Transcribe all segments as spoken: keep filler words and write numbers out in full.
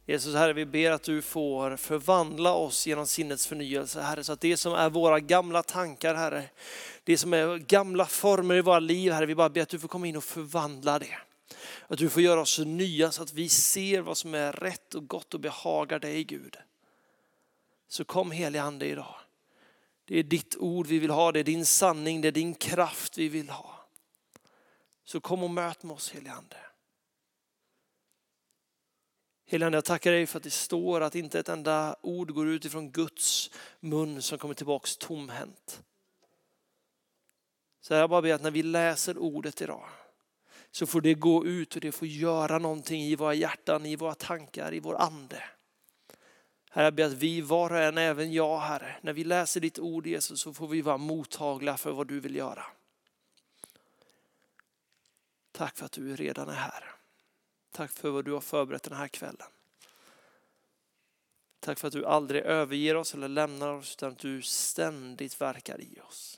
Jesus, Herre, vi ber att du får förvandla oss genom sinnets förnyelse, Herre, så att det som är våra gamla tankar, Herre, det som är gamla former i våra liv, Herre, vi bara ber att du får komma in och förvandla det. Att du får göra oss nya så att vi ser vad som är rätt och gott och behagar dig, Gud. Så kom helig ande idag. Det är ditt ord vi vill ha, det är din sanning, det är din kraft vi vill ha. Så kom och möt med oss, helig ande. Helig ande, jag tackar dig för att det står att inte ett enda ord går ut ifrån Guds mun som kommer tillbaks tomhänt. Så jag bara ber att när vi läser ordet idag så får det gå ut och det får göra någonting i våra hjärtan, i våra tankar, i vår ande. Herre, jag ber att vi var och en, även jag, Herre, när vi läser ditt ord, Jesus, så får vi vara mottagliga för vad du vill göra. Tack för att du redan är här. Tack för vad du har förberett den här kvällen. Tack för att du aldrig överger oss eller lämnar oss, utan att du ständigt verkar i oss.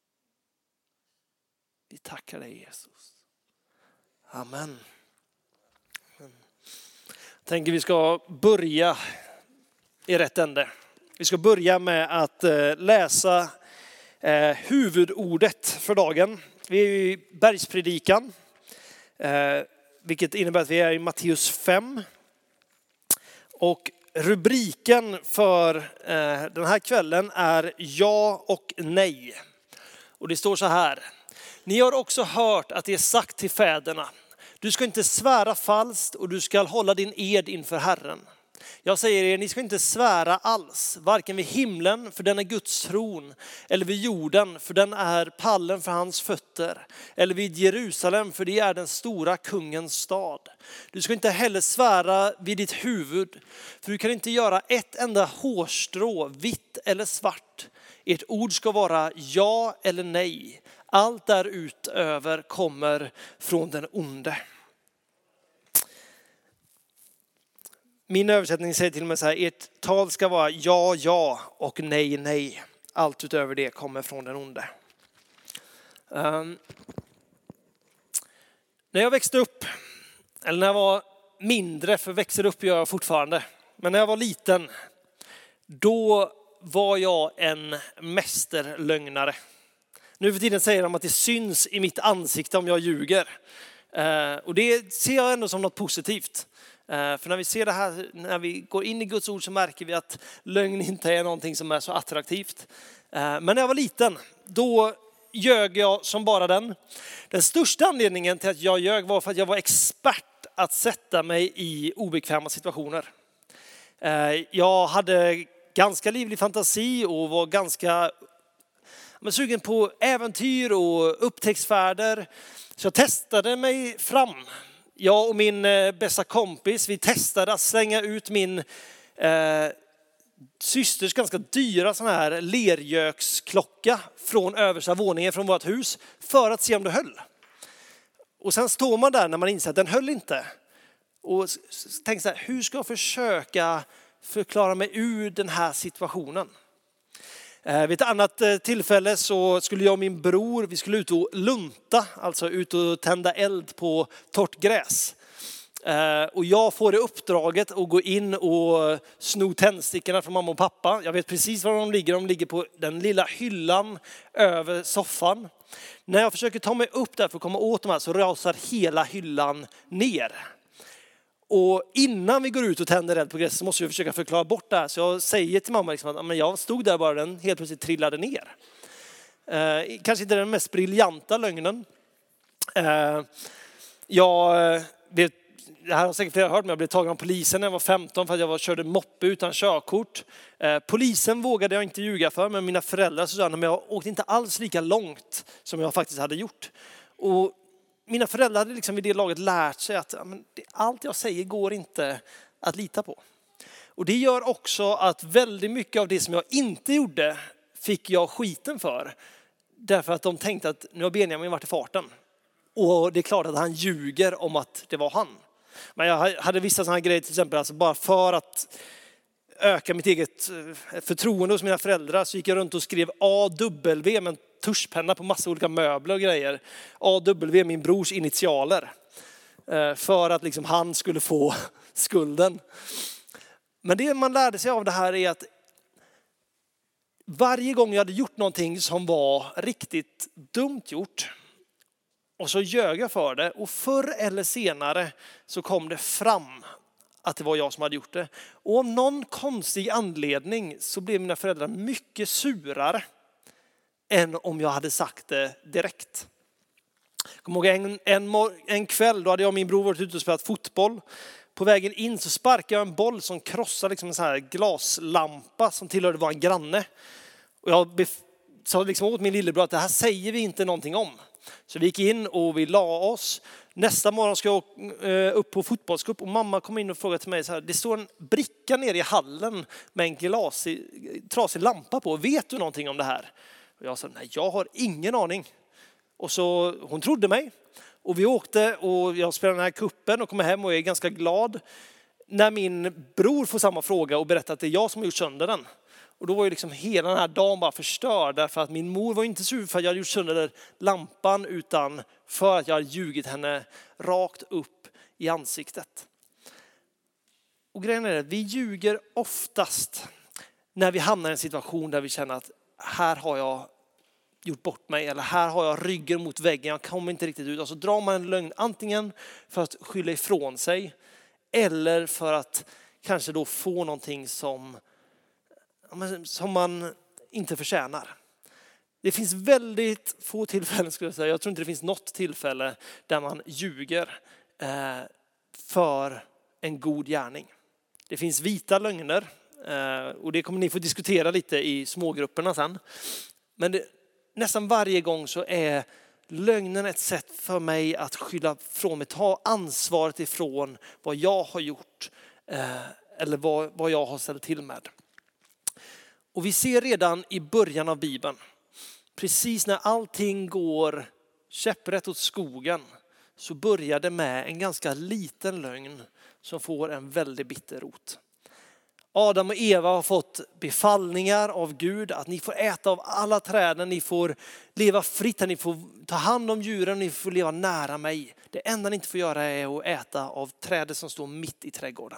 Vi tackar dig, Jesus. Amen. Jag tänker vi ska börja i rätt ände. Vi ska börja med att läsa huvudordet för dagen. Vi är i bergspredikan, vilket innebär att vi är i Matteus fem. Och rubriken för den här kvällen är ja och nej. Och det står så här: ni har också hört att det är sagt till fäderna: du ska inte svära falskt och du ska hålla din ed inför Herren. Jag säger er, ni ska inte svära alls, varken vid himlen, för den är Guds tron, eller vid jorden, för den är pallen för hans fötter, eller vid Jerusalem, för det är den stora kungens stad. Du ska inte heller svära vid ditt huvud, för du kan inte göra ett enda hårstrå, vitt eller svart. Ert ord ska vara ja eller nej. Allt därutöver kommer från den onde. Min översättning säger till och med så här: ert tal ska vara ja, ja och nej, nej. Allt utöver det kommer från den onde. Um, när jag växte upp, eller när jag var mindre, för växer upp gör jag fortfarande. Men när jag var liten, då var jag en mästerlögnare. Nu för tiden säger de att det syns i mitt ansikte om jag ljuger. Uh, och det ser jag ändå som något positivt. För när vi ser det här, när vi går in i Guds ord, så märker vi att lögn inte är någonting som är så attraktivt. Men när jag var liten, då ljög jag som bara den. Den största anledningen till att jag ljög var för att jag var expert att sätta mig i obekväma situationer. Jag hade ganska livlig fantasi och var ganska men sugen på äventyr och upptäcktsfärder. Så jag testade mig fram. Jag och min eh, bästa kompis, vi testade att slänga ut min eh, systers ganska dyra sån här lergöksklocka från översta våningen från vårt hus för att se om det höll. Och sen står man där när man inser att den höll inte. Och tänker så här: hur ska jag försöka förklara mig ur den här situationen? Vid ett annat tillfälle så skulle jag och min bror, vi skulle ut och lunta, alltså ut och tända eld på torrt gräs. Och jag får det uppdraget att gå in och sno tändstickorna från mamma och pappa. Jag vet precis var de ligger, de ligger på den lilla hyllan över soffan. När jag försöker ta mig upp där för att komma åt de här så rasar hela hyllan ner. Och innan vi går ut och tänder eld på gräset så måste jag försöka förklara bort det här. Så jag säger till mamma liksom att men jag stod där bara, den helt plötsligt trillade ner. Eh, kanske inte den mest briljanta lögnen. Eh, jag, det, det här har säkert flera hört, men jag blev tagen av polisen när jag var femton för att jag var, körde moppe utan körkort. Eh, polisen vågade jag inte ljuga för, men mina föräldrar så sa att jag åkte inte alls lika långt som jag faktiskt hade gjort. Och mina föräldrar hade liksom vid det laget lärt sig att ja, men det, allt jag säger går inte att lita på. Och det gör också att väldigt mycket av det som jag inte gjorde fick jag skiten för. Därför att de tänkte att nu har Benjamin varit i farten. Och det är klart att han ljuger om att det var han. Men jag hade vissa sådana grejer, till exempel alltså bara för att öka mitt eget förtroende hos mina föräldrar så gick jag runt och skrev A W med en tuschpenna på massa olika möbler och grejer. A W, min brors initialer. För att liksom han skulle få skulden. Men det man lärde sig av det här är att varje gång jag hade gjort någonting som var riktigt dumt gjort och så ljög jag för det, och förr eller senare så kom det fram att det var jag som hade gjort det. Och av någon konstig anledning så blev mina föräldrar mycket surare än om jag hade sagt det direkt. Jag kommer ihåg en, en, en kväll, då hade jag och min bror varit ute och spelat fotboll. På vägen in så sparkade jag en boll som krossade liksom en sån här glaslampa som tillhörde vår granne. Och jag bef- sa liksom åt min lillebror att det här säger vi inte någonting om. Så vi gick in och vi la oss. Nästa morgon ska jag upp på fotbollscup och mamma kom in och frågade till mig så här: det står en bricka nere i hallen med en glasig, trasig lampa på. Vet du någonting om det här? Och jag sa nej, jag har ingen aning. Och så hon trodde mig. Och vi åkte och jag spelade den här kuppen och kommer hem och är ganska glad när min bror får samma fråga och berättar att det är jag som har gjort sönder den. Och då var ju liksom hela den här dagen bara förstörd, därför att min mor var inte sur för att jag hade gjort sönder lampan, utan för att jag hade ljugit henne rakt upp i ansiktet. Och grejen är att vi ljuger oftast när vi hamnar i en situation där vi känner att här har jag gjort bort mig, eller här har jag ryggen mot väggen, jag kommer inte riktigt ut. Och så drar man en lögn antingen för att skylla ifrån sig eller för att kanske då få någonting som, som man inte förtjänar. Det finns väldigt få tillfällen, skulle jag säga. Jag tror inte det finns något tillfälle där man ljuger eh, för en god gärning. Det finns vita lögner eh, och det kommer ni få diskutera lite i smågrupperna sen. Men det, nästan varje gång så är lögnen ett sätt för mig att skylla från mig, ta ansvaret ifrån vad jag har gjort eh, eller vad, vad jag har ställt till med. Och vi ser redan i början av Bibeln, precis när allting går käpprätt åt skogen, så börjar det med en ganska liten lögn som får en väldigt bitter rot. Adam och Eva har fått befallningar av Gud att ni får äta av alla träden, ni får leva fritt, ni får ta hand om djuren, ni får leva nära mig. Det enda ni inte får göra är att äta av trädet som står mitt i trädgården.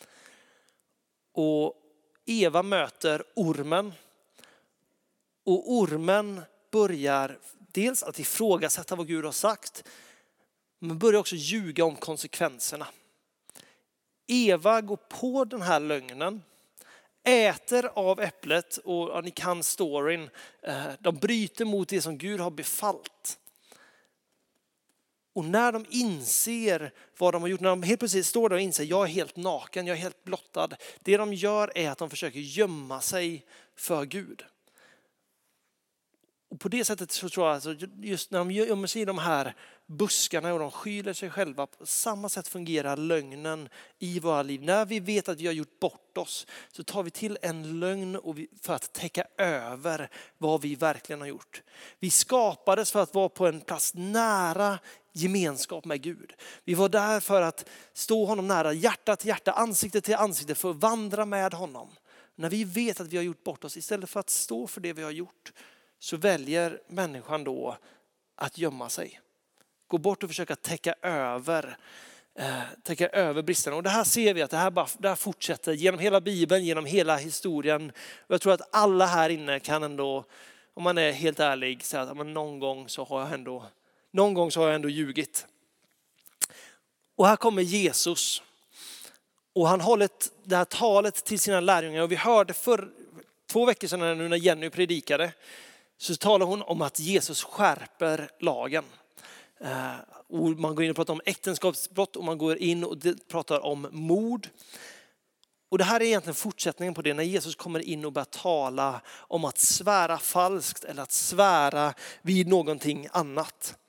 Och Eva möter ormen. Och ormen börjar dels att ifrågasätta vad Gud har sagt, men börjar också ljuga om konsekvenserna. Eva går på den här lögnen, äter av äpplet, och ja, ni kan storyn. De bryter mot det som Gud har befallt. Och när de inser vad de har gjort, när de helt plötsligt står där och inser jag är helt naken, jag är helt blottad. Det de gör är att de försöker gömma sig för Gud. Och på det sättet så tror jag att just när de gömmer sig i de här buskarna och de skyller sig själva, på samma sätt fungerar lögnen i våra liv. När vi vet att vi har gjort bort oss så tar vi till en lögn och vi, för att täcka över vad vi verkligen har gjort. Vi skapades för att vara på en plats nära gemenskap med Gud. Vi var där för att stå honom nära, hjärta till hjärta, ansikte till ansikte, för att vandra med honom. När vi vet att vi har gjort bort oss, istället för att stå för det vi har gjort, så väljer människan då att gömma sig. Gå bort och försöka täcka över, eh, täcka över bristerna. Och det här ser vi att det här, bara, det här fortsätter genom hela Bibeln, genom hela historien. Och jag tror att alla här inne kan ändå, om man är helt ärlig, säga att men någon gång så har jag ändå, någon gång så har jag ändå ljugit. Och här kommer Jesus. Och han håller det här talet till sina lärjungar. Och vi hörde för två veckor sedan nu när Jenny predikade, så talar hon om att Jesus skärper lagen. Och man går in och pratar om äktenskapsbrott och man går in och pratar om mord. Och det här är egentligen fortsättningen på det, när Jesus kommer in och börjar tala om att svära falskt eller att svära vid någonting annat.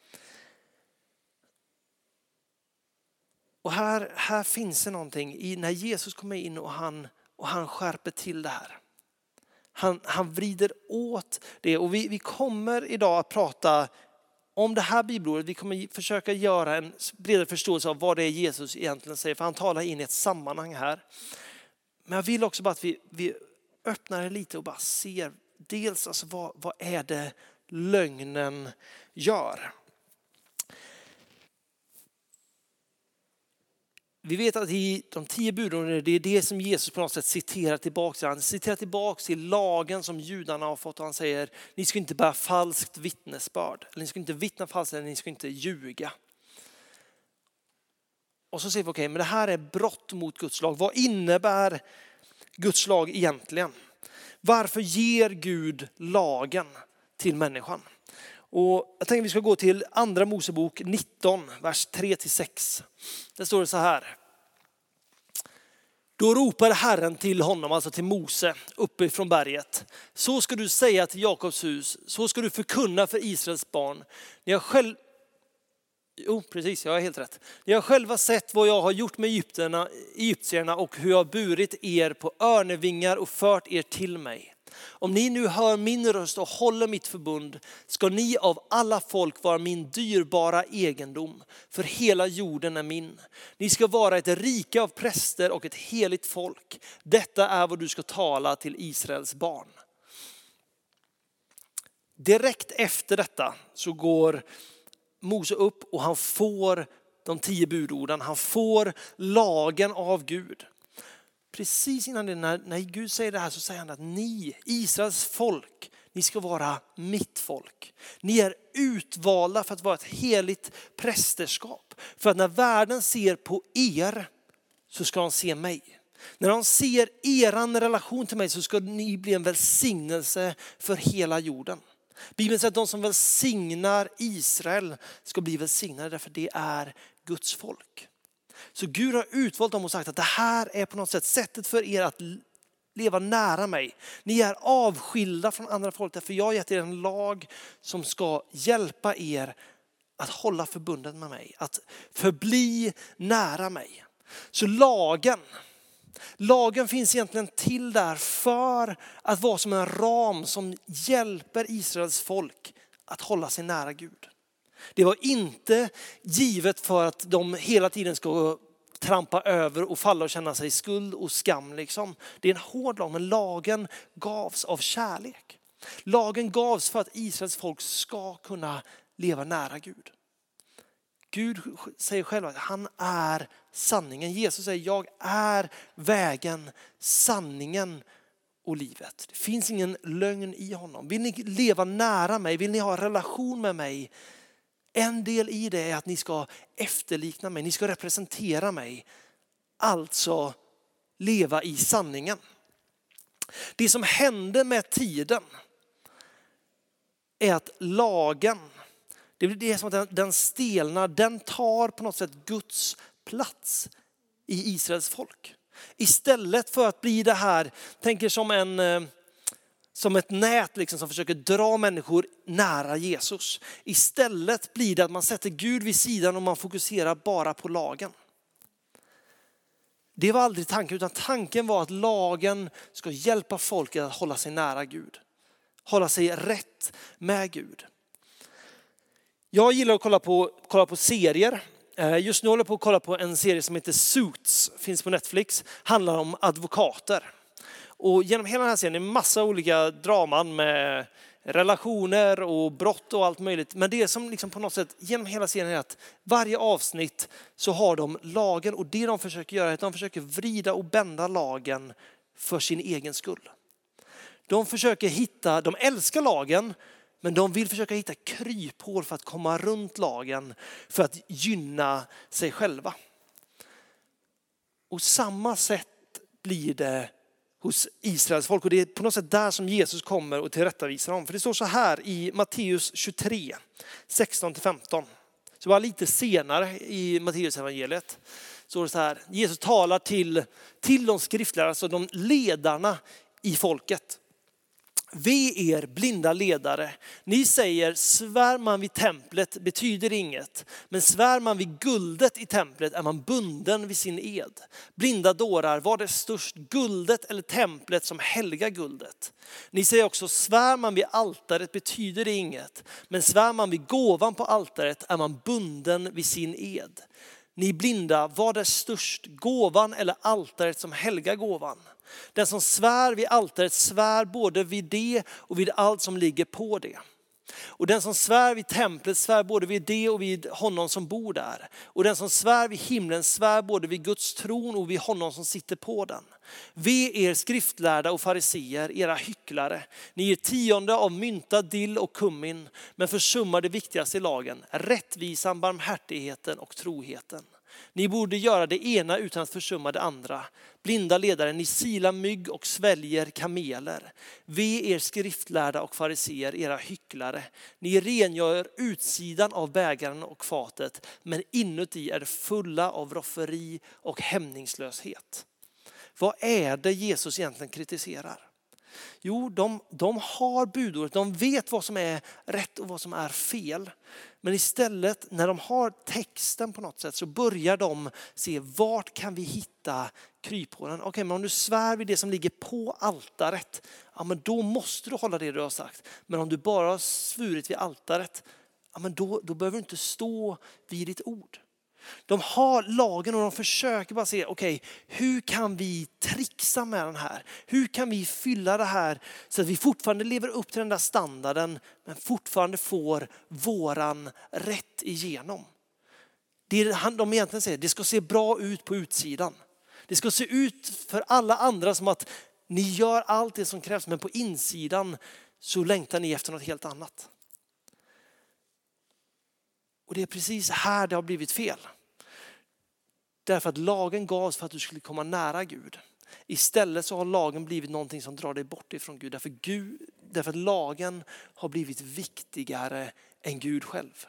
Och här, här finns det någonting i när Jesus kommer in och han, och han skärper till det här. Han, han vrider åt det, och vi, vi kommer idag att prata om det här bibelordet. Vi kommer försöka göra en bredare förståelse av vad det är Jesus egentligen säger, för han talar in i ett sammanhang här. Men jag vill också bara att vi, vi öppnar det lite och bara ser dels alltså vad, vad är det lögnen gör. vi vet att i de tio budorden, det är det som Jesus på något sätt citerar tillbaka. Han citerar tillbaka till lagen som judarna har fått och han säger, ni ska inte bära falskt vittnesbörd. Eller ni ska inte vittna falskt eller ni ska inte ljuga. Och så säger vi, okej, okay, men det här är brott mot Guds lag. Vad innebär Guds lag egentligen? Varför ger Gud lagen till människan? Och jag tänker att vi ska gå till andra Mosebok nitton, vers tre till sex. Där står det så här. Då ropade Herren till honom, alltså till Mose, uppe från berget. Så ska du säga till Jakobs hus, så ska du förkunna för Israels barn. Ni har själv... Jo, precis, jag har helt rätt. Ni har själva sett vad jag har gjort med egyptierna, egyptierna och hur jag har burit er på örnevingar och fört er till mig. Om ni nu hör min röst och håller mitt förbund ska ni av alla folk vara min dyrbara egendom, för hela jorden är min. Ni ska vara ett rike av präster och ett heligt folk. Detta är vad du ska tala till Israels barn. Direkt efter detta så går Mose upp och han får de tio budorden. Han får lagen av Gud. Precis innan det, när, när Gud säger det här så säger han att ni, Israels folk, ni ska vara mitt folk. Ni är utvalda för att vara ett heligt prästerskap. För att när världen ser på er så ska de se mig. När de ser eran relation till mig så ska ni bli en välsignelse för hela jorden. Bibeln säger att de som välsignar Israel ska bli välsignade därför det är Guds folk. Så Gud har utvalt dem och sagt att det här är på något sätt sättet för er att leva nära mig. Ni är avskilda från andra folk därför jag har gett er en lag som ska hjälpa er att hålla förbundet med mig. Att förbli nära mig. Så lagen, lagen finns egentligen till där för att vara som en ram som hjälper Israels folk att hålla sig nära Gud. Det var inte givet för att de hela tiden ska trampa över och falla och känna sig skuld och skam. Liksom. Det är en hård lag, men lagen gavs av kärlek. Lagen gavs för att Israels folk ska kunna leva nära Gud. Gud säger själv att han är sanningen. Jesus säger jag är vägen, sanningen och livet. Det finns ingen lögn i honom. Vill ni leva nära mig, vill ni ha en relation med mig, en del i det är att ni ska efterlikna mig, ni ska representera mig. Alltså leva i sanningen. Det som händer med tiden är att lagen, det är det som att den stelnar, den tar på något sätt Guds plats i Israels folk. Istället för att bli det här, tänker som en... Som ett nät liksom som försöker dra människor nära Jesus. Istället blir det att man sätter Gud vid sidan och man fokuserar bara på lagen. Det var aldrig tanken, utan tanken var att lagen ska hjälpa folket att hålla sig nära Gud. Hålla sig rätt med Gud. Jag gillar att kolla på, kolla på serier. Just nu håller jag på att kolla på en serie som heter Suits. Finns på Netflix. Handlar om advokater. Och genom hela den här serien är det en massa olika draman med relationer och brott och allt möjligt. Men det som liksom på något sätt genom hela serien är att varje avsnitt så har de lagen. Och det de försöker göra är att de försöker vrida och bända lagen för sin egen skull. De försöker hitta, de älskar lagen men de vill försöka hitta kryphål för att komma runt lagen för att gynna sig själva. Och samma sätt blir det hos Israels folk. Och det är på något sätt där som Jesus kommer och tillrättavisar dem. För det står så här i Matteus tjugotre, sexton till femton. Så bara lite senare i Matteus evangeliet står det så här. Jesus talar till, till de skriftlärare, alltså de ledarna i folket. Vi er blinda ledare, ni säger svär man vid templet betyder inget. Men svär man vid guldet i templet är man bunden vid sin ed. Blinda dårar, var det störst guldet eller templet som helgar guldet? Ni säger också svär man vid altaret betyder det inget. Men svär man vid gåvan på altaret är man bunden vid sin ed. Ni blinda, vad är störst, gåvan eller altaret som helgar gåvan? Den som svär vid altaret svär både vid det och vid allt som ligger på det. Och den som svär vid templet svär både vid det och vid honom som bor där. Och den som svär vid himlen svär både vid Guds tron och vid honom som sitter på den. Ve er skriftlärda och fariseer, era hycklare. Ni ger tionde av mynta, dill och kummin, men försummar det viktigaste i lagen, rättvisan, barmhärtigheten och troheten. Ni borde göra det ena utan att försumma det andra. Blinda ledare, ni silar mygg och sväljer kameler. Ve er skriftlärda och fariseer, era hycklare. Ni rengör utsidan av bägaren och fatet, men inuti är det fulla av rofferi och hämningslöshet. Vad är det Jesus egentligen kritiserar? Jo, de, de har budordet, de vet vad som är rätt och vad som är fel. Men istället när de har texten på något sätt så börjar de se vart kan vi hitta kryphålen. Okej, men om du svär vid det som ligger på altaret, ja men då måste du hålla det du har sagt. Men om du bara har svurit vid altaret, ja men då, då behöver du inte stå vid ditt ord. De har lagen och de försöker bara se, okej, okay, hur kan vi trixa med den här? Hur kan vi fylla det här så att vi fortfarande lever upp till den där standarden men fortfarande får våran rätt igenom? Det de egentligen säger, det ska se bra ut på utsidan. Det ska se ut för alla andra som att ni gör allt det som krävs, men på insidan så längtar ni efter något helt annat. Och det är precis här det har blivit fel. Därför att lagen gavs för att du skulle komma nära Gud. Istället så har lagen blivit någonting som drar dig bort ifrån Gud. Därför, Gud, därför att lagen har blivit viktigare än Gud själv.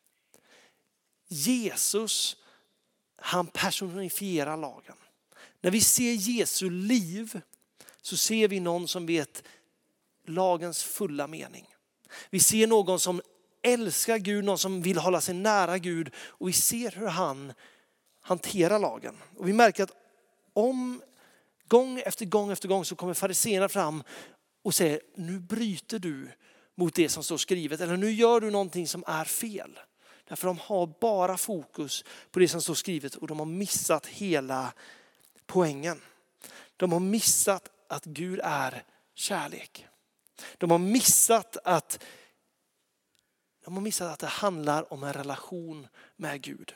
Jesus, han personifierar lagen. När vi ser Jesu liv så ser vi någon som vet lagens fulla mening. Vi ser någon som älskar Gud, någon som vill hålla sig nära Gud, och vi ser hur han hanterar lagen. Och vi märker att om gång efter gång efter gång så kommer fariséerna fram och säger, nu bryter du mot det som står skrivet, eller nu gör du någonting som är fel. Därför de har bara fokus på det som står skrivet och de har missat hela poängen. De har missat att Gud är kärlek. De har missat att De har missat att det handlar om en relation med Gud.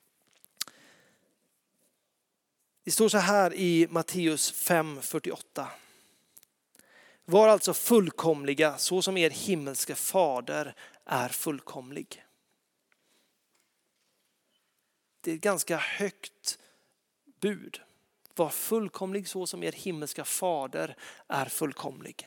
Det står så här i Matteus fem fyrtioåtta. Var alltså fullkomliga så som er himmelske fader är fullkomlig. Det är ett ganska högt bud. Var fullkomlig så som er himmelska fader är fullkomlig.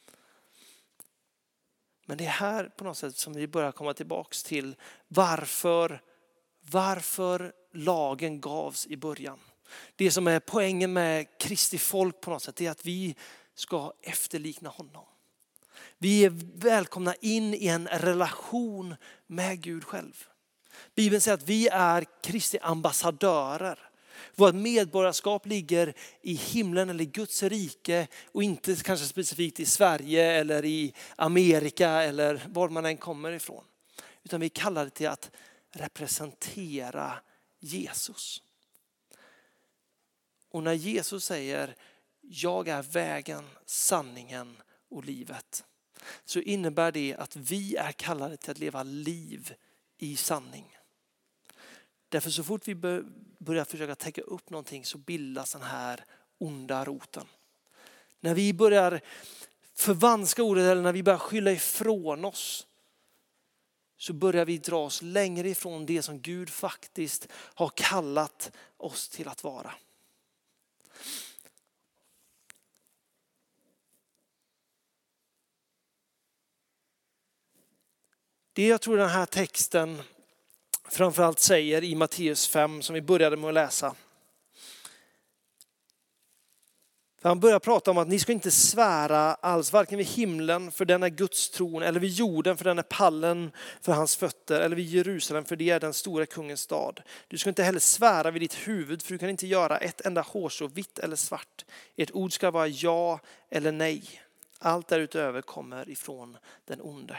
Men det är här på något sätt som vi börjar komma tillbaks till varför, varför lagen gavs i början. Det som är poängen med Kristi folk på något sätt är att vi ska efterlikna honom. Vi är välkomna in i en relation med Gud själv. Bibeln säger att vi är Kristi ambassadörer. Vårt medborgarskap ligger i himlen eller i Guds rike och inte kanske specifikt i Sverige eller i Amerika eller var man än kommer ifrån. Utan vi är kallade till att representera Jesus. Och när Jesus säger jag är vägen, sanningen och livet, så innebär det att vi är kallade till att leva liv i sanning. Därför så fort vi börjar försöka täcka upp någonting så bildas den här onda roten. När vi börjar förvanska ordet eller när vi börjar skylla ifrån oss så börjar vi dra oss längre ifrån det som Gud faktiskt har kallat oss till att vara. Det jag tror den här texten framförallt säger i Matteus fem som vi började med att läsa. För han börjar prata om att ni ska inte svära alls, varken vid himlen för den är Guds tron, eller vid jorden för den är pallen för hans fötter, eller vid Jerusalem för det är den stora kungens stad. Du ska inte heller svära vid ditt huvud, för du kan inte göra ett enda hårstrå vitt eller svart. Ert ord ska vara ja eller nej. Allt därutöver kommer ifrån den onde.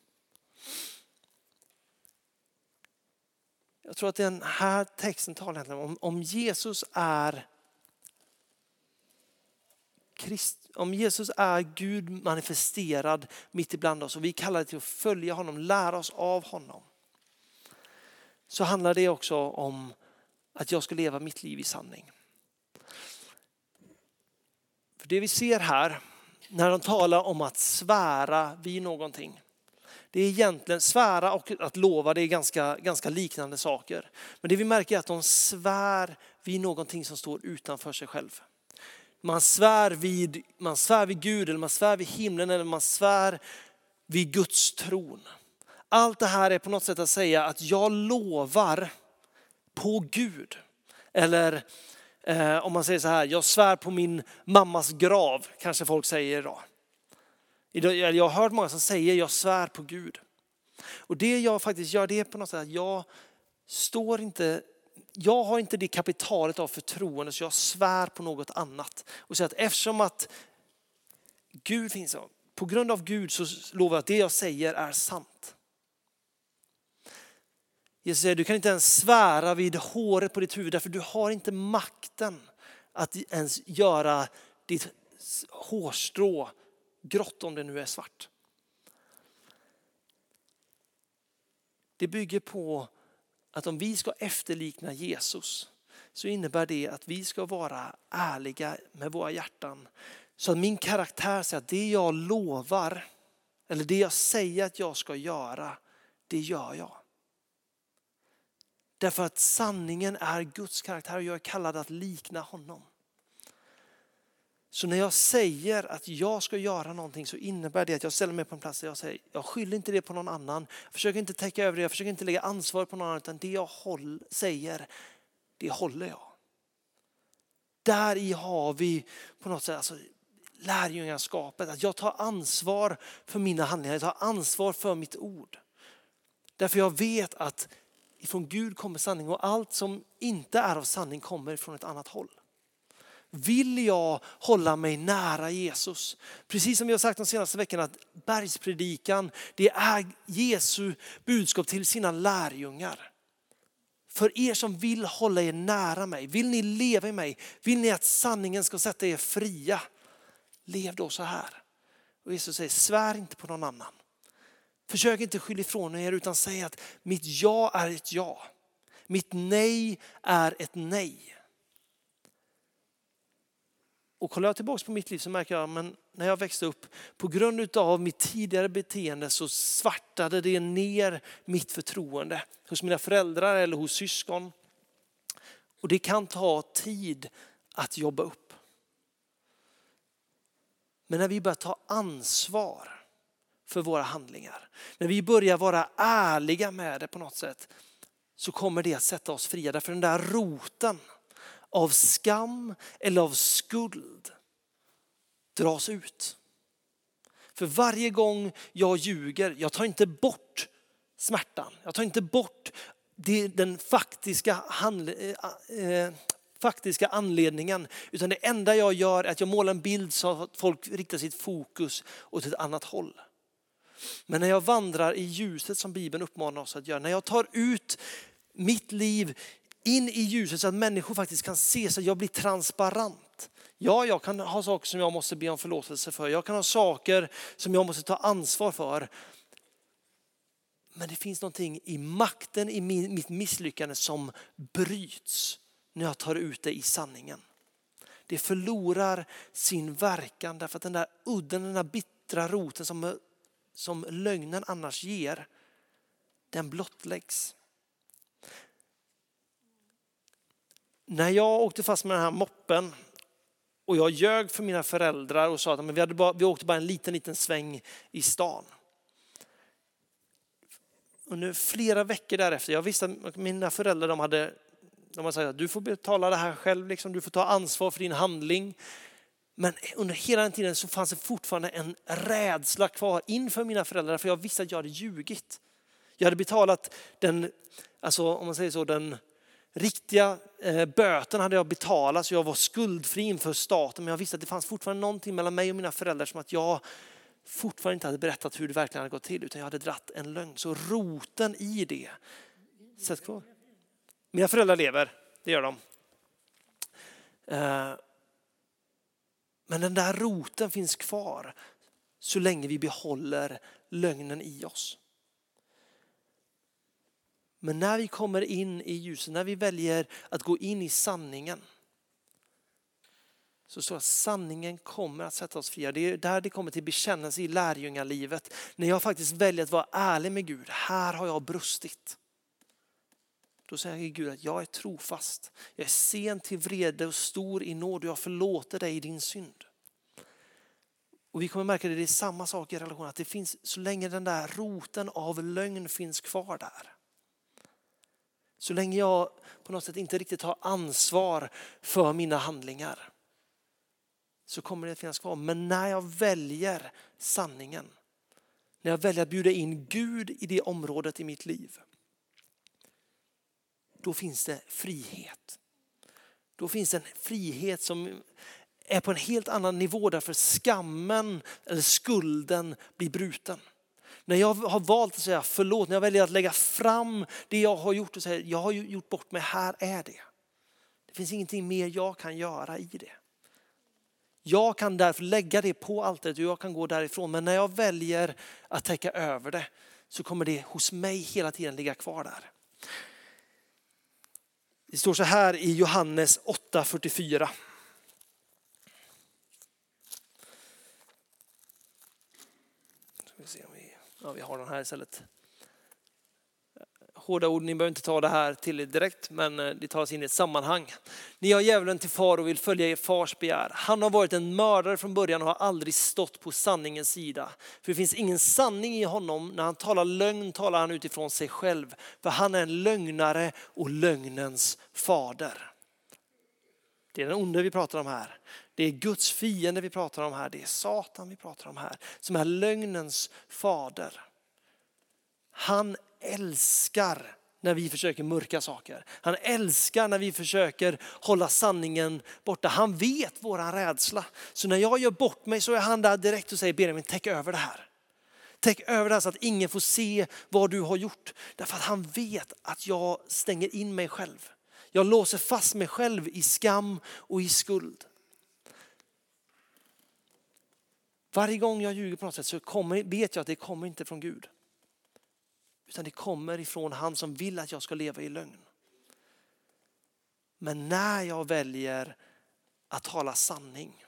Jag tror att den här texten talar om, om Jesus är Krist, om Jesus är Gud manifesterad mitt ibland oss och vi kallar det till att följa honom, lära oss av honom. Så handlar det också om att jag ska leva mitt liv i sanning. För det vi ser här när de talar om att svära vid någonting. Det är egentligen svära och att lova, det är ganska, ganska liknande saker. Men det vi märker är att de svär vid någonting som står utanför sig själv. Man svär vid, man svär vid Gud eller man svär vid himlen eller man svär vid Guds tron. Allt det här är på något sätt att säga att jag lovar på Gud. Eller eh, om man säger så här, jag svär på min mammas grav, kanske folk säger idag. Jag har hört många som säger jag svär på Gud. Och det jag faktiskt gör, det är på något sätt att jag står inte, jag har inte det kapitalet av förtroende så jag svär på något annat. Och säger att eftersom att Gud finns, på grund av Gud så lovar jag att det jag säger är sant. Jesus säger du kan inte ens svära vid håret på ditt huvud därför du har inte makten att ens göra ditt hårstrå grått om det nu är svart. Det bygger på att om vi ska efterlikna Jesus så innebär det att vi ska vara ärliga med våra hjärtan. Så att min karaktär säger att det jag lovar eller det jag säger att jag ska göra, det gör jag. Därför att sanningen är Guds karaktär och jag är kallad att likna honom. Så när jag säger att jag ska göra någonting så innebär det att jag ställer mig på en plats där jag säger jag skyller inte det på någon annan. Jag försöker inte täcka över det, jag försöker inte lägga ansvar på någon annan utan det jag håll, säger, det håller jag. Där i har vi på något sätt alltså, lärjungaskapet, att jag tar ansvar för mina handlingar, jag tar ansvar för mitt ord. Därför jag vet att ifrån Gud kommer sanning och allt som inte är av sanning kommer från ett annat håll. Vill jag hålla mig nära Jesus? Precis som vi har sagt de senaste veckorna att bergspredikan det är Jesu budskap till sina lärjungar. För er som vill hålla er nära mig, vill ni leva i mig, vill ni att sanningen ska sätta er fria, lev då så här. Och Jesus säger svär inte på någon annan. Försök inte skylla ifrån er utan säg att mitt ja är ett ja. Mitt nej är ett nej. Och kollar jag tillbaka på mitt liv så märker jag men när jag växte upp på grund av mitt tidigare beteende så svartade det ner mitt förtroende hos mina föräldrar eller hos syskon. Och det kan ta tid att jobba upp. Men när vi börjar ta ansvar för våra handlingar, när vi börjar vara ärliga med det på något sätt så kommer det att sätta oss fria. Därför den där roten av skam eller av skuld dras ut. För varje gång jag ljuger, jag tar inte bort smärtan. Jag tar inte bort det, den faktiska, handl- äh, faktiska anledningen. Utan det enda jag gör är att jag målar en bild så att folk riktar sitt fokus åt ett annat håll. Men när jag vandrar i ljuset som Bibeln uppmanar oss att göra, när jag tar ut mitt liv in i ljuset så att människor faktiskt kan se så att jag blir transparent. Ja, jag kan ha saker som jag måste be om förlåtelse för. Jag kan ha saker som jag måste ta ansvar för. Men det finns någonting i makten i min, mitt misslyckande som bryts när jag tar ut det i sanningen. Det förlorar sin verkan därför att den där udden, den där bittra roten som, som lögnen annars ger, den blottläggs. När jag åkte fast med den här moppen och jag ljög för mina föräldrar och sa att vi, hade bara, vi åkte bara en liten, liten sväng i stan. Under flera veckor därefter, jag visste att mina föräldrar de hade, de hade sagt att du får betala det här själv, liksom, du får ta ansvar för din handling. Men under hela den tiden så fanns det fortfarande en rädsla kvar inför mina föräldrar för jag visste att jag hade ljugit. Jag hade betalat den, alltså om man säger så, den riktiga eh, böten hade jag betalat så jag var skuldfri inför staten. Men jag visste att det fanns fortfarande någonting mellan mig och mina föräldrar som att jag fortfarande inte hade berättat hur det verkligen hade gått till. Utan jag hade dratt en lögn. Så roten i det. Sätt kvar. Mina föräldrar lever, det gör de. Eh, Men den där roten finns kvar så länge vi behåller lögnen i oss. Men när vi kommer in i ljuset, när vi väljer att gå in i sanningen, så står att sanningen kommer att sätta oss fria. Det är där det kommer till bekännelse i lärjungalivet. När jag faktiskt väljer att vara ärlig med Gud, här har jag brustit. Då säger Gud att jag är trofast. Jag är sen till vrede och stor i nåd och jag förlåter dig i din synd. Och vi kommer märka att det är samma sak i relationen. Att det finns, så länge den där roten av lögn finns kvar där. Så länge jag på något sätt inte riktigt har ansvar för mina handlingar, så kommer det att finnas kvar. Men när jag väljer sanningen, när jag väljer att bjuda in Gud i det området i mitt liv, då finns det frihet. Då finns det en frihet som är på en helt annan nivå, därför skammen eller skulden blir bruten. När jag har valt att säga förlåt, när jag väljer att lägga fram det jag har gjort och säga jag har gjort bort mig, här är det. Det finns ingenting mer jag kan göra i det. Jag kan därför lägga det på altaret och jag kan gå därifrån. Men när jag väljer att täcka över det, så kommer det hos mig hela tiden ligga kvar där. Det står så här i Johannes åtta fyrtiofyra. Ska vi se om vi, ja, vi har den här istället. Hårda ord, ni behöver inte ta det här till er direkt, men det tas in i ett sammanhang. Ni har djävulen till far och vill följa er fars begär. Han har varit en mördare från början och har aldrig stått på sanningens sida. För det finns ingen sanning i honom. När han talar lögn talar han utifrån sig själv. För han är en lögnare och lögnens fader. Det är den onde vi pratar om här. Det är Guds fiende vi pratar om här. Det är Satan vi pratar om här. Som är lögnens fader. Han älskar när vi försöker mörka saker. Han älskar när vi försöker hålla sanningen borta. Han vet våran rädsla. Så när jag gör bort mig så är han där direkt och säger Benjamin, täck över det här. Täck över det här så att ingen får se vad du har gjort. Därför att han vet att jag stänger in mig själv. Jag låser fast mig själv i skam och i skuld. Varje gång jag ljuger på något sätt så kommer, vet jag att det kommer inte från Gud. Utan det kommer ifrån han som vill att jag ska leva i lögn. Men när jag väljer att tala sanning,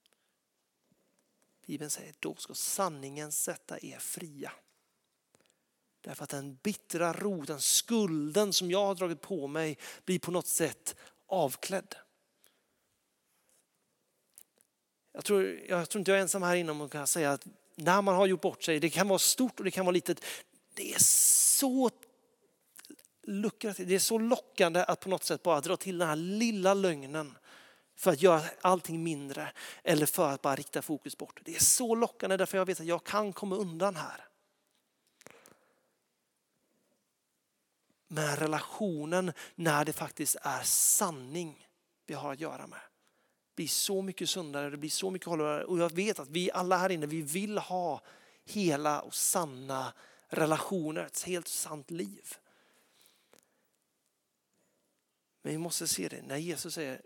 Bibeln säger, då ska sanningen sätta er fria. Därför att den bittra roten, skulden som jag har dragit på mig blir på något sätt avklädd. Jag tror, jag tror inte jag är ensam här inne om att kan säga att när man har gjort bort sig, det kan vara stort och det kan vara litet. Det är så lukrativt, det är så lockande att på något sätt bara dra till den här lilla lögnen för att göra allting mindre eller för att bara rikta fokus bort. Det är så lockande därför jag vet att jag kan komma undan här. Men relationen när det faktiskt är sanning vi har att göra med blir så mycket sundare, det blir så mycket hållbarare. Och jag vet att vi alla här inne, vi vill ha hela och sanna relationer, ett helt sant liv. Men vi måste se det när Jesus säger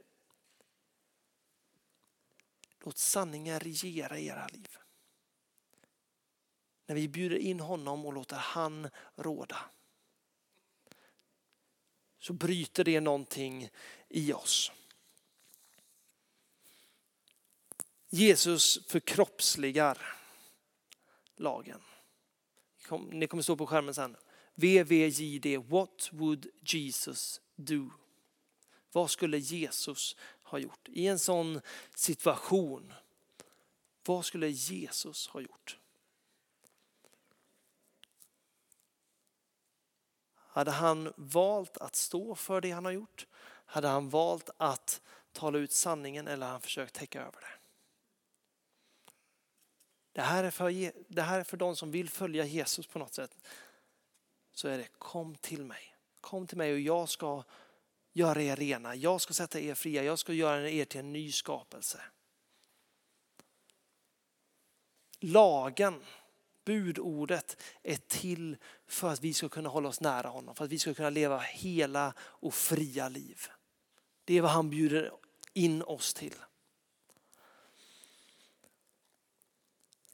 låt sanningen regera i era liv. När vi bjuder in honom och låter han råda, så bryter det någonting i oss. Jesus förkroppsligar lagen. Ni kommer stå på skärmen sen. V V J D, what would Jesus do? Vad skulle Jesus ha gjort? I en sån situation, vad skulle Jesus ha gjort? Hade han valt att stå för det han har gjort? Hade han valt att tala ut sanningen eller hade han försökt täcka över det? Det här är för, det här är för de som vill följa Jesus på något sätt. Så är det, kom till mig. Kom till mig och jag ska göra er rena. Jag ska sätta er fria. Jag ska göra er till en ny skapelse. Lagen, budordet är till för att vi ska kunna hålla oss nära honom. För att vi ska kunna leva hela och fria liv. Det är vad han bjuder in oss till.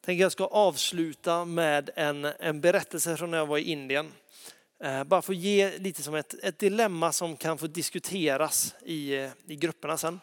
tänker jag ska avsluta med en, en berättelse från när jag var i Indien. Eh, bara för att ge lite som ett, ett dilemma som kan få diskuteras i, i grupperna sen.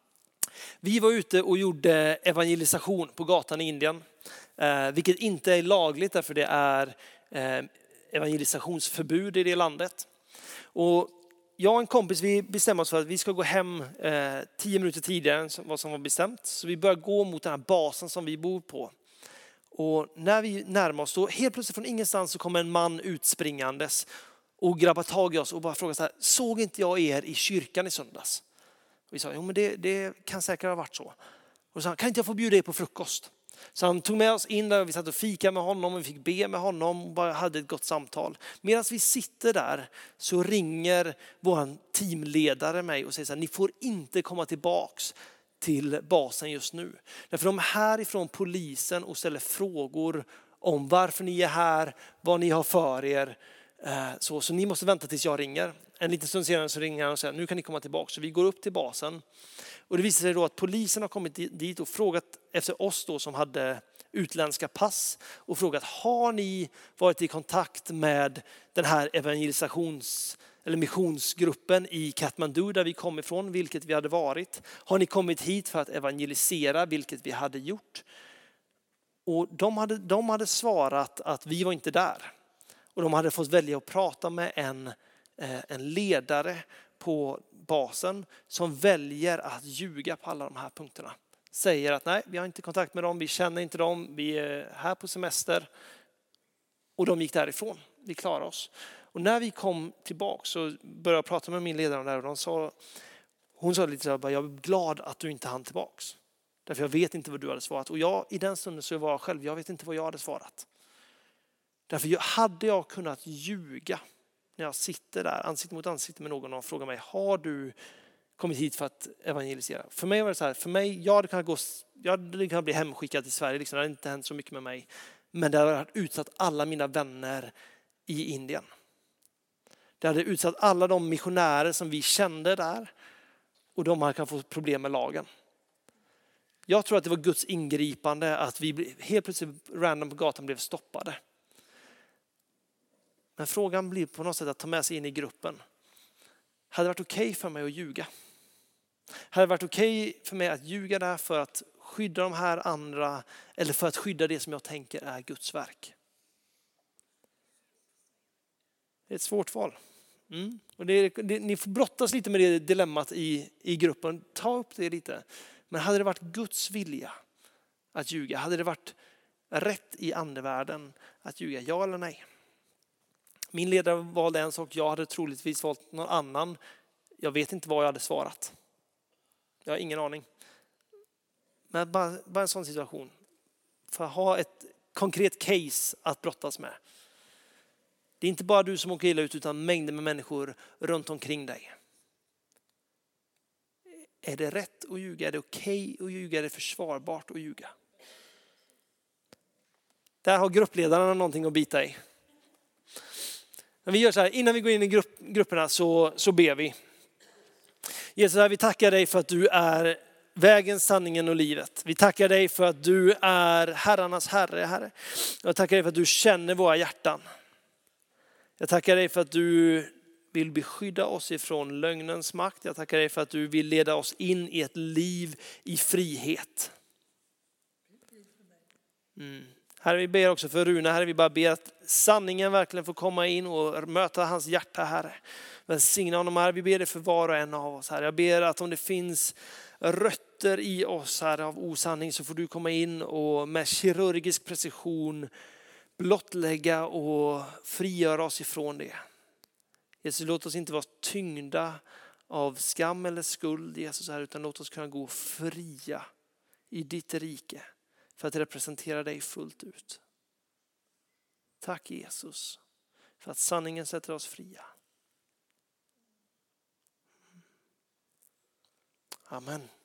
Vi var ute och gjorde evangelisation på gatan i Indien. Eh, vilket inte är lagligt därför det är eh, evangelisationsförbud i det landet. Och jag och en kompis vi bestämde oss för att vi ska gå hem eh, tio minuter tidigare än vad som var bestämt. Så vi börjar gå mot den här basen som vi bor på. Och när vi närmar oss, så helt plötsligt från ingenstans så kommer en man utspringandes och grabbar tag i oss och bara frågar så här: såg inte jag er i kyrkan i söndags? Och vi sa, jo men det, det kan säkert ha varit så. Och så sa han, kan inte jag få bjuda er på frukost? Så han tog med oss in där och vi satt och fika med honom och vi fick be med honom och bara hade ett gott samtal. Medan vi sitter där så ringer vår teamledare mig och säger så här: ni får inte komma tillbaks till basen just nu. Därför de är härifrån polisen och ställer frågor om varför ni är här, vad ni har för er. Så, så ni måste vänta tills jag ringer. En liten stund senare så ringer han och säger nu kan ni komma tillbaka. Så vi går upp till basen. Och det visar sig då att polisen har kommit dit och frågat efter oss då som hade utländska pass. Och frågat, har ni varit i kontakt med den här evangelisations eller missionsgruppen i Kathmandu där vi kom ifrån, vilket vi hade varit. Har ni kommit hit för att evangelisera, vilket vi hade gjort? Och de hade, de hade svarat att vi var inte där. Och de hade fått välja att prata med en, en ledare på basen som väljer att ljuga på alla de här punkterna. Säger att nej, vi har inte kontakt med dem, vi känner inte dem, vi är här på semester. Och de gick därifrån, vi klarade oss. Och när vi kom tillbaka så började jag prata med min ledare där och de sa, hon sa lite så här, jag är glad att du inte hann tillbaks. Därför jag vet inte vad du hade svarat. Och jag, i den stunden så var jag själv, jag vet inte vad jag hade svarat. Därför jag, hade jag kunnat ljuga när jag sitter där ansikte mot ansikte med någon och frågar mig, har du kommit hit för att evangelisera? För mig var det så här, för mig, jag hade kunnat, gå, jag hade kunnat bli hemskickad till Sverige, liksom, det hade inte hänt så mycket med mig. Men det hade utsatt alla mina vänner i Indien. Det hade utsatt alla de missionärer som vi kände där och de hade kunnat få problem med lagen. Jag tror att det var Guds ingripande att vi helt plötsligt random på gatan blev stoppade. Men frågan blir på något sätt att ta med sig in i gruppen. Hade det varit okej okay för mig att ljuga? Hade det varit okej okay för mig att ljuga där för att skydda de här andra eller för att skydda det som jag tänker är Guds verk? Det är ett svårt val. Mm. Och det är, det, ni får brottas lite med det dilemmat i, i gruppen. Ta upp det lite. Men hade det varit Guds vilja att ljuga? Hade det varit rätt i andevärlden att ljuga? Ja eller nej? Min ledare valde en sak. Jag hade troligtvis valt någon annan. Jag vet inte vad jag hade svarat. Jag har ingen aning. Men bara, bara en sån situation. För att ha ett konkret case att brottas med. Det är inte bara du som åker illa ut utan mängder med människor runt omkring dig. Är det rätt att ljuga? Är det okej okay att ljuga? Är det försvarbart att ljuga? Där har gruppledarna någonting att bita i. Men vi gör så här, innan vi går in i grupp, grupperna så, så ber vi. Jesus, vi tackar dig för att du är vägen, sanningen och livet. Vi tackar dig för att du är herrarnas herre, Herre. Jag tackar dig för att du känner våra hjärtan. Jag tackar dig för att du vill beskydda oss ifrån lögnens makt. Jag tackar dig för att du vill leda oss in i ett liv i frihet. Mm. Herre, vi ber också för Rune. Herre, vi bara ber att sanningen verkligen får komma in och möta hans hjärta, Herre. Välsigna honom, Herre. Vi ber det för var och en av oss, Herre. Jag ber att om det finns rötter i oss, Herre, av osanning så får du komma in och med kirurgisk precision blottlägga och frigöra oss ifrån det. Jesus, låt oss inte vara tyngda av skam eller skuld, Jesus, här, utan låt oss kunna gå fria i ditt rike för att representera dig fullt ut. Tack Jesus för att sanningen sätter oss fria. Amen.